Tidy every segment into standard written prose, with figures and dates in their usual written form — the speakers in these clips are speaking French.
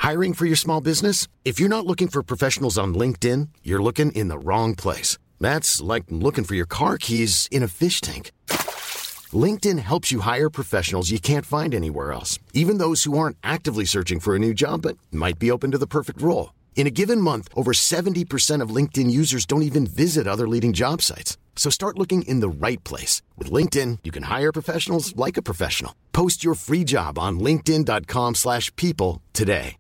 Hiring for your small business? If you're not looking for professionals on LinkedIn, you're looking in the wrong place. That's like looking for your car keys in a fish tank. LinkedIn helps you hire professionals you can't find anywhere else, even those who aren't actively searching for a new job but might be open to the perfect role. In a given month, over 70% of LinkedIn users don't even visit other leading job sites. So start looking in the right place. With LinkedIn, you can hire professionals like a professional. Post your free job on linkedin.com/people today.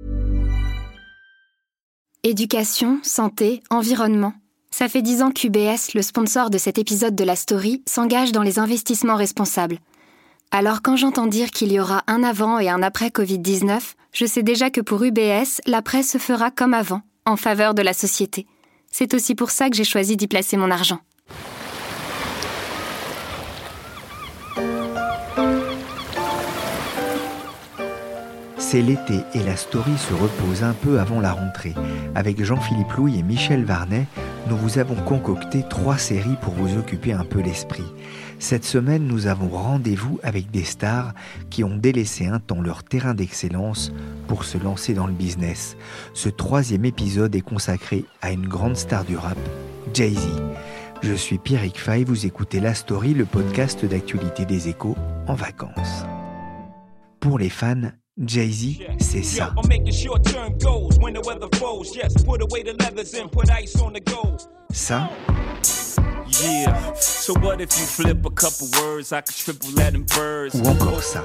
Éducation, santé, environnement. Ça fait 10 ans qu'UBS, le sponsor de cet épisode de la story, s'engage dans les investissements responsables. Alors quand j'entends dire qu'il y aura un avant et un après Covid-19, je sais déjà que pour UBS, l'après se fera comme avant, en faveur de la société. C'est aussi pour ça que j'ai choisi d'y placer mon argent. C'est l'été et la story se repose un peu avant la rentrée. Avec Jean-Philippe Louis et Michel Varnet, nous vous avons concocté 3 séries pour vous occuper un peu l'esprit. Cette semaine, nous avons rendez-vous avec des stars qui ont délaissé un temps leur terrain d'excellence pour se lancer dans le business. Ce 3e épisode est consacré à une grande star du rap, Jay-Z. Je suis Pierrick Fay, vous écoutez La Story, le podcast d'actualité des Échos en vacances. Pour les fans, Jay-Z, c'est ça. Ça, ou encore ça.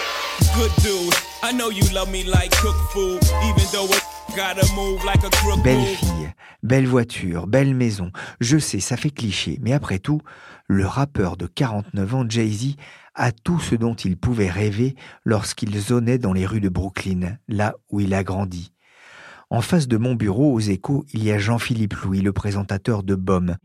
Belle fille, belle voiture, belle maison. Je sais, ça fait cliché, mais après tout, le rappeur de 49 ans, Jay-Z, a tout ce dont il pouvait rêver lorsqu'il zonait dans les rues de Brooklyn, là où il a grandi. En face de mon bureau, aux Échos, il y a Jean-Philippe Louis, le présentateur de BOM.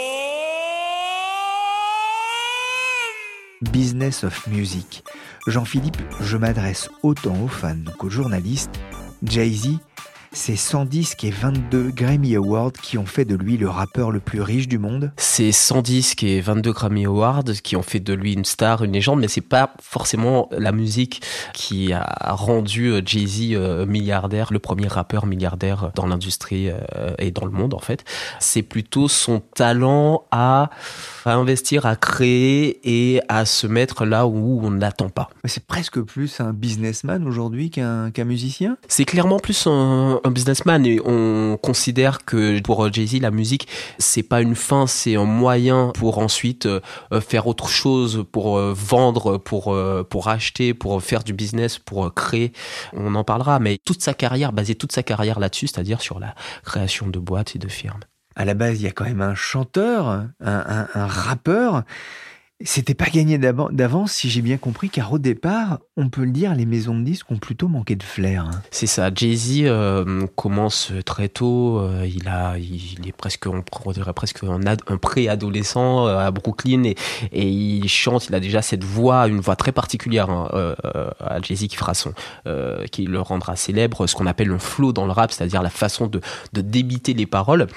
Business of Music. Jean-Philippe, je m'adresse autant aux fans qu'aux journalistes. Jay-Z, c'est 100 disques et 22 Grammy Awards qui ont fait de lui le rappeur le plus riche du monde. C'est 100 disques et 22 Grammy Awards qui ont fait de lui une star, une légende, mais c'est pas forcément la musique qui a rendu Jay-Z milliardaire, le premier rappeur milliardaire dans l'industrie et dans le monde en fait. C'est plutôt son talent à investir, à créer et à se mettre là où on n'attend pas. Mais c'est presque plus un businessman aujourd'hui qu'un musicien. C'est clairement plus un businessman et on considère que pour Jay-Z la musique c'est pas une fin, c'est un moyen pour ensuite faire autre chose, pour vendre, pour acheter, pour faire du business, pour créer. On en parlera, mais toute sa carrière, basée toute sa carrière là-dessus, c'est-à-dire sur la création de boîtes et de firmes. À la base, il y a quand même un chanteur, un rappeur. C'était pas gagné d'avance, si j'ai bien compris, car au départ, on peut le dire, les maisons de disques ont plutôt manqué de flair. C'est ça, Jay-Z commence très tôt, il est presque, on dirait presque un préadolescent à Brooklyn et il chante, il a déjà cette voix, une voix très particulière à Jay-Z qui le rendra célèbre, ce qu'on appelle le flow dans le rap, c'est-à-dire la façon de débiter les paroles.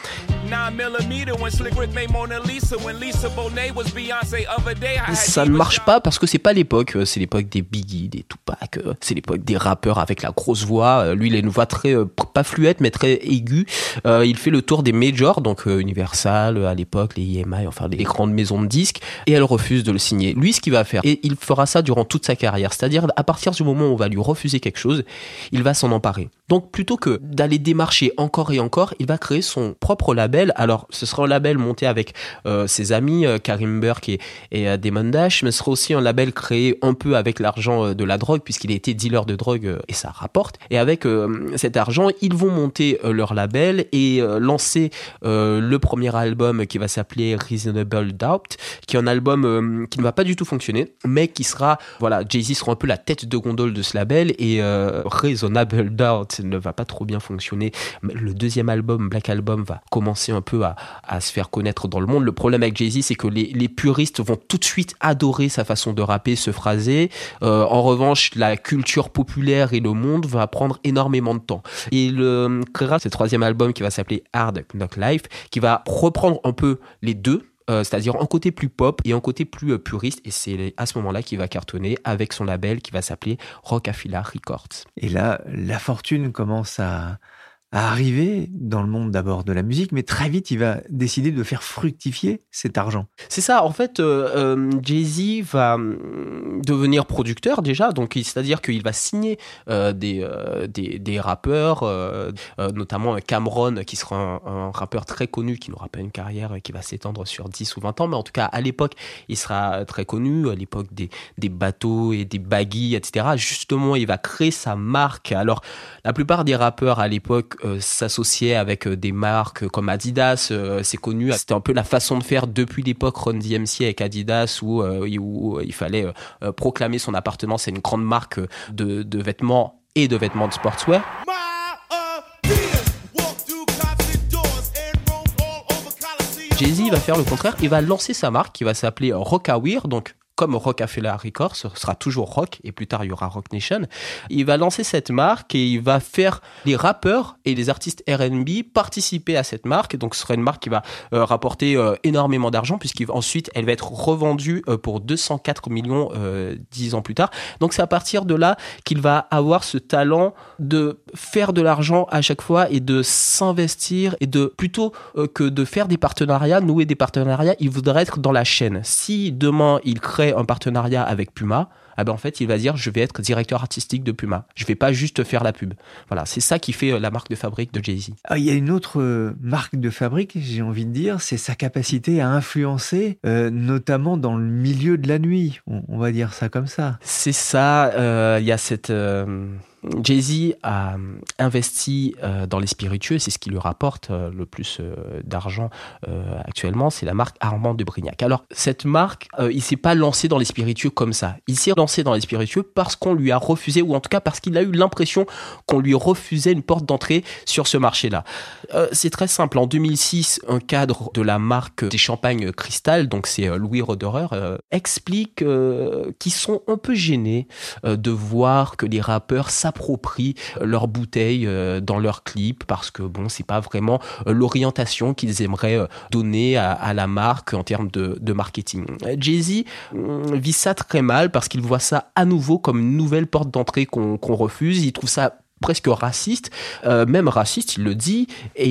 Ça ne marche pas parce que c'est pas l'époque, c'est l'époque des Biggie, des Tupac, c'est l'époque des rappeurs avec la grosse voix. Lui, il a une voix très, pas fluette, mais très aiguë. Il fait le tour des majors, donc Universal à l'époque, les EMI, enfin les grandes maisons de disques, et elle refuse de le signer. Lui, ce qu'il va faire, et il fera ça durant toute sa carrière, c'est-à-dire à partir du moment où on va lui refuser quelque chose, il va s'en emparer. Donc plutôt que d'aller démarcher encore et encore, il va créer son propre label. Alors ce sera un label monté avec ses amis, Karim Burke et Damon Dash, mais ce sera aussi un label créé un peu avec l'argent de la drogue, puisqu'il a été dealer de drogue et ça rapporte. Et avec cet argent, ils vont monter leur label et lancer le premier album qui va s'appeler Reasonable Doubt, qui est un album qui ne va pas du tout fonctionner, mais qui sera, voilà, Jay-Z sera un peu la tête de gondole de ce label et Reasonable Doubt ne va pas trop bien fonctionner. Le deuxième album, Black Album, va commencer un peu à se faire connaître dans le monde. Le problème avec Jay-Z, c'est que les puristes vont tout de suite adorer sa façon de rapper, se phraser. En revanche, la culture populaire et le monde va prendre énormément de temps. Et il créera ce troisième album qui va s'appeler Hard Knock Life, qui va reprendre un peu les deux, c'est-à-dire un côté plus pop et un côté plus puriste. Et c'est à ce moment-là qu'il va cartonner avec son label qui va s'appeler Roc-A-Fella Records. Et là, la fortune commence à arriver dans le monde d'abord de la musique, mais très vite, il va décider de faire fructifier cet argent. C'est ça, en fait, Jay-Z va devenir producteur déjà, donc c'est-à-dire qu'il va signer des rappeurs, notamment Cameron, qui sera un rappeur très connu, qui n'aura pas une carrière qui va s'étendre sur 10 ou 20 ans, mais en tout cas, à l'époque, il sera très connu, à l'époque des bateaux et des baggy, etc. Justement, il va créer sa marque. Alors, la plupart des rappeurs à l'époque s'associaient avec des marques comme Adidas, c'est connu, c'était un peu la façon de faire depuis l'époque Run DMC avec Adidas où il fallait proclamer son appartenance à une grande marque de vêtements et de vêtements de sportswear. Jay-Z va faire le contraire, il va lancer sa marque qui va s'appeler Rocawear, donc comme Roc-A-Fella Records, ce sera toujours Rock, et plus tard il y aura Roc Nation. Il va lancer cette marque et il va faire les rappeurs et les artistes R&B participer à cette marque. Donc ce sera une marque qui va rapporter énormément d'argent, puisqu'ensuite elle va être revendue pour 204 millions 10 ans plus tard. Donc c'est à partir de là qu'il va avoir ce talent de faire de l'argent à chaque fois et de s'investir, et de plutôt que de faire des partenariats, nouer des partenariats, il voudrait être dans la chaîne. Si demain il crée un partenariat avec Puma, en fait, il va dire je vais être directeur artistique de Puma. Je vais pas juste faire la pub. Voilà, c'est ça qui fait la marque de fabrique de Jay-Z. Il y a une autre marque de fabrique, j'ai envie de dire, c'est sa capacité à influencer, notamment dans le milieu de la nuit. On va dire ça comme ça. C'est ça. Il y a cette Jay-Z a investi dans les spiritueux, c'est ce qui lui rapporte le plus d'argent actuellement, c'est la marque Armand de Brignac. Alors cette marque, il s'est pas lancé dans les spiritueux comme ça, il s'est lancé dans les spiritueux parce qu'on lui a refusé, ou en tout cas parce qu'il a eu l'impression qu'on lui refusait une porte d'entrée sur ce marché-là. C'est très simple, en 2006, un cadre de la marque des champagnes Cristal, donc c'est Louis Roederer, explique qu'ils sont un peu gênés de voir que les rappeurs s'approprient leurs bouteilles dans leurs clips, parce que bon, c'est pas vraiment l'orientation qu'ils aimeraient donner à la marque en termes de marketing. Jay-Z vit ça très mal parce qu'il voit ça à nouveau comme une nouvelle porte d'entrée qu'on refuse. Il trouve ça presque raciste, même raciste, il le dit,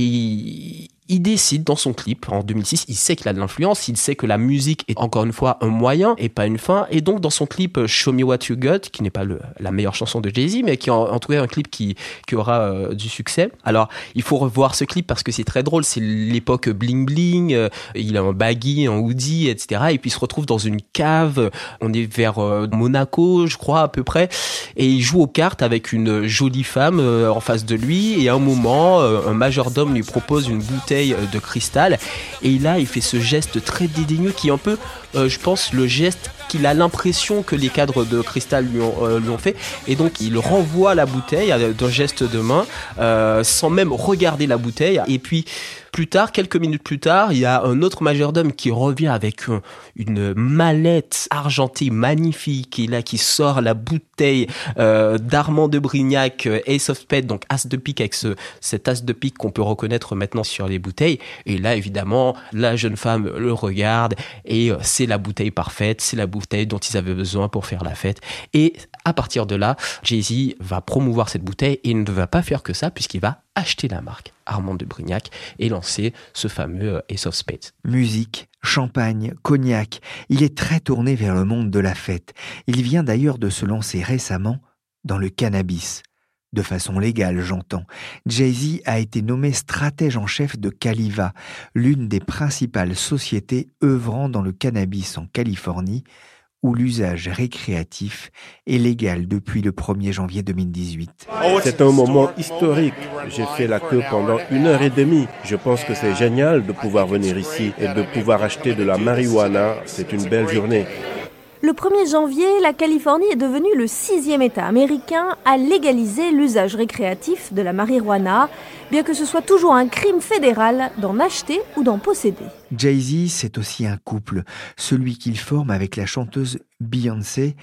et il décide dans son clip en 2006, il sait qu'il a de l'influence, il sait que la musique est encore une fois un moyen et pas une fin, et donc dans son clip Show Me What You Got, qui n'est pas la meilleure chanson de Jay-Z, mais qui est en tout cas un clip qui aura du succès. Alors il faut revoir ce clip parce que c'est très drôle, c'est l'époque bling bling, il a un baggy, un hoodie, etc. Et puis il se retrouve dans une cave, on est vers Monaco, je crois à peu près, et il joue aux cartes avec une jolie femme en face de lui, et à un moment, un majordome lui propose une bouteille de cristal, et là il fait ce geste très dédaigneux qui est un peu je pense le geste qu'il a l'impression que les cadres de cristal lui ont fait, et donc il renvoie la bouteille d'un geste de main sans même regarder la bouteille. Et puis plus tard, quelques minutes plus tard, il y a un autre majordome qui revient avec une mallette argentée magnifique, et là qui sort la bouteille d'Armand de Brignac, Ace of Spades, donc As de pique, avec cet As de pique qu'on peut reconnaître maintenant sur les bouteilles. Et là évidemment la jeune femme le regarde, et c'est la bouteille parfaite, c'est la bouteille dont ils avaient besoin pour faire la fête. Et à partir de là, Jay-Z va promouvoir cette bouteille, et il ne va pas faire que ça, puisqu'il va acheter la marque Armand de Brignac et lancer ce fameux Ace of Spades. Musique, champagne, cognac, il est très tourné vers le monde de la fête. Il vient d'ailleurs de se lancer récemment dans le cannabis. De façon légale, j'entends. Jay-Z a été nommé stratège en chef de Caliva, l'une des principales sociétés œuvrant dans le cannabis en Californie, où l'usage récréatif est légal depuis le 1er janvier 2018. C'est un moment historique. J'ai fait la queue pendant 1h30. Je pense que c'est génial de pouvoir venir ici et de pouvoir acheter de la marijuana. C'est une belle journée. Le 1er janvier, la Californie est devenue le 6e État américain à légaliser l'usage récréatif de la marijuana, bien que ce soit toujours un crime fédéral d'en acheter ou d'en posséder. Jay-Z, c'est aussi un couple, celui qu'il forme avec la chanteuse Beyoncé,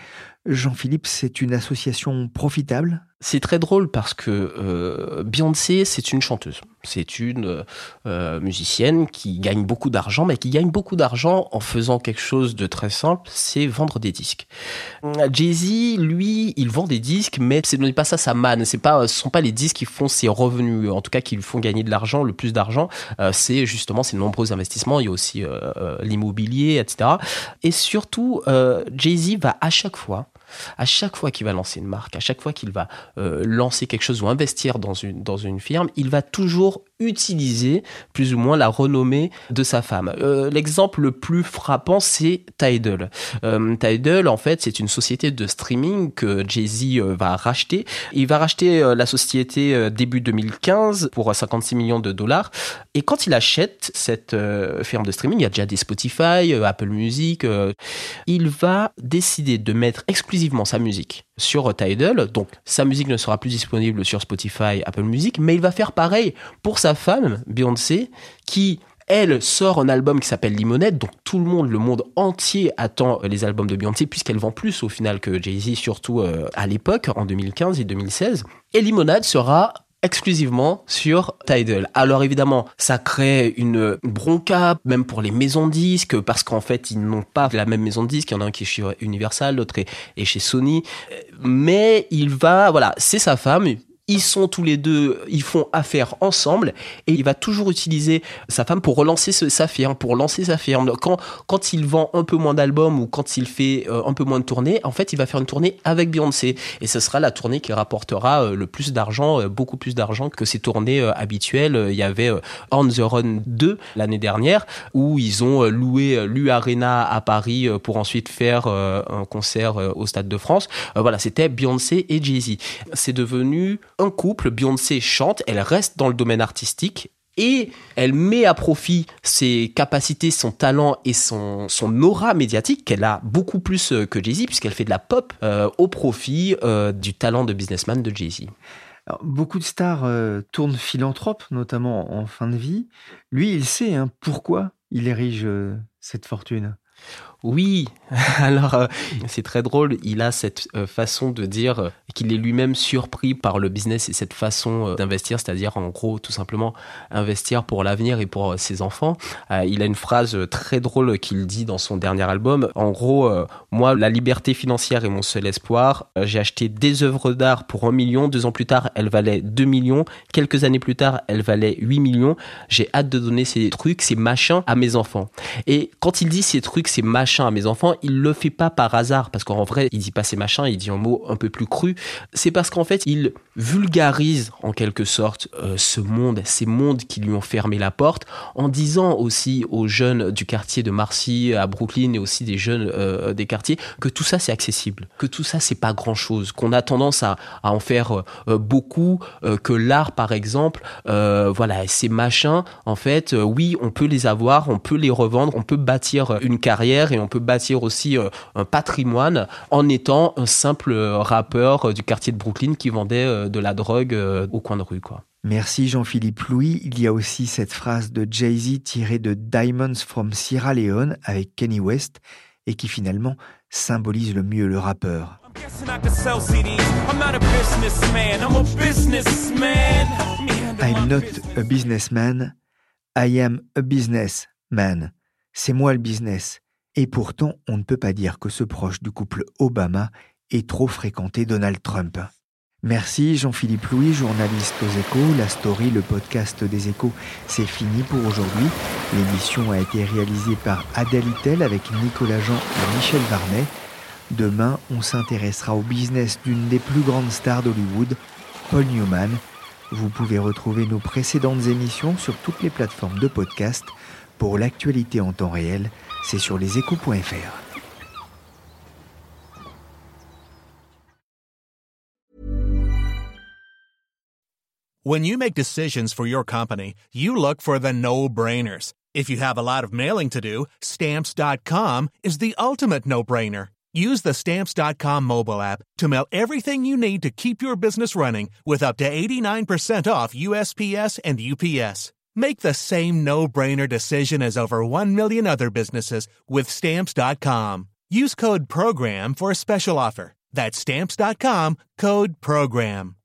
Jean-Philippe, c'est une association profitable ? C'est très drôle parce que Beyoncé, c'est une chanteuse. C'est une musicienne qui gagne beaucoup d'argent, mais qui gagne beaucoup d'argent en faisant quelque chose de très simple, c'est vendre des disques. Jay-Z, lui, il vend des disques, mais ce n'est pas ça sa manne. Ce sont pas les disques qui font ses revenus, en tout cas qui lui font gagner de l'argent, le plus d'argent. C'est justement ses nombreux investissements. Il y a aussi l'immobilier, etc. Et surtout, Jay-Z va à chaque fois qu'il va lancer une marque, à chaque fois qu'il va lancer quelque chose ou investir dans une firme, il va toujours utiliser plus ou moins la renommée de sa femme. L'exemple le plus frappant, c'est Tidal. Tidal, en fait, c'est une société de streaming que Jay-Z va racheter. Il va racheter la société début 2015 pour 56 millions de dollars. Et quand il achète cette firme de streaming, il y a déjà des Spotify, Apple Music. Il va décider de mettre exclusivement sa musique sur Tidal. Donc, sa musique ne sera plus disponible sur Spotify, Apple Music, mais il va faire pareil pour sa femme, Beyoncé, qui, elle, sort un album qui s'appelle Lemonade. Donc, tout le monde entier attend les albums de Beyoncé, puisqu'elle vend plus au final que Jay-Z, surtout à l'époque, en 2015 et 2016. Et Lemonade sera exclusivement sur Tidal. Alors évidemment, ça crée une bronca, même pour les maisons de disques, parce qu'en fait, ils n'ont pas la même maison de disques. Il y en a un qui est chez Universal, l'autre est chez Sony. Mais c'est sa femme. Ils sont tous les deux, ils font affaire ensemble et il va toujours utiliser sa femme pour relancer sa firme, pour lancer sa firme. Quand il vend un peu moins d'albums ou quand il fait un peu moins de tournées, en fait, il va faire une tournée avec Beyoncé et ce sera la tournée qui rapportera le plus d'argent, beaucoup plus d'argent que ses tournées habituelles. Il y avait On the Run 2 l'année dernière où ils ont loué l'U-Arena à Paris pour ensuite faire un concert au Stade de France. C'était Beyoncé et Jay-Z. C'est devenu un couple. Beyoncé chante, elle reste dans le domaine artistique et elle met à profit ses capacités, son talent et son aura médiatique qu'elle a beaucoup plus que Jay-Z puisqu'elle fait de la pop au profit du talent de businessman de Jay-Z. Alors, beaucoup de stars tournent philanthrope, notamment en fin de vie. Lui, il sait pourquoi il érige cette fortune. Oui, alors c'est très drôle, il a cette façon de dire qu'il est lui-même surpris par le business et cette façon d'investir, c'est-à-dire en gros tout simplement investir pour l'avenir et pour ses enfants. Il a une phrase très drôle qu'il dit dans son dernier album, en gros, moi la liberté financière est mon seul espoir, j'ai acheté des œuvres d'art pour 1 million, 2 ans plus tard elles valaient 2 millions, quelques années plus tard elles valaient 8 millions, j'ai hâte de donner ces trucs, ces machins à mes enfants. Et quand il dit ces trucs, ces machins à mes enfants, il le fait pas par hasard parce qu'en vrai il dit pas ces machins, il dit un mot un peu plus cru, c'est parce qu'en fait il vulgarise en quelque sorte ces mondes qui lui ont fermé la porte en disant aussi aux jeunes du quartier de Marcy à Brooklyn et aussi des jeunes des quartiers que tout ça c'est accessible, que tout ça c'est pas grand chose, qu'on a tendance à en faire beaucoup, que l'art par exemple ces machins en fait oui on peut les avoir, on peut les revendre, on peut bâtir une carrière et on peut bâtir aussi un patrimoine en étant un simple rappeur du quartier de Brooklyn qui vendait de la drogue au coin de rue, quoi. Merci Jean-Philippe Louis. Il y a aussi cette phrase de Jay-Z tirée de Diamonds from Sierra Leone avec Kanye West et qui finalement symbolise le mieux le rappeur. I'm not a businessman, I am a businessman. C'est moi le business. Et pourtant, on ne peut pas dire que ce proche du couple Obama ait trop fréquenté Donald Trump. Merci Jean-Philippe Louis, journaliste aux Échos. La Story, le podcast des Échos, c'est fini pour aujourd'hui. L'émission a été réalisée par Adèle Itel avec Nicolas Jean et Michel Varnet. Demain, on s'intéressera au business d'une des plus grandes stars d'Hollywood, Paul Newman. Vous pouvez retrouver nos précédentes émissions sur toutes les plateformes de podcast. Pour l'actualité en temps réel, c'est sur leséchos.fr. When you make decisions for your company, you look for the no-brainers. If you have a lot of mailing to do, Stamps.com is the ultimate no-brainer. Use the Stamps.com mobile app to mail everything you need to keep your business running with up to 89% off USPS and UPS. Make the same no-brainer decision as over 1 million other businesses with Stamps.com. Use code PROGRAM for a special offer. That's Stamps.com, code PROGRAM.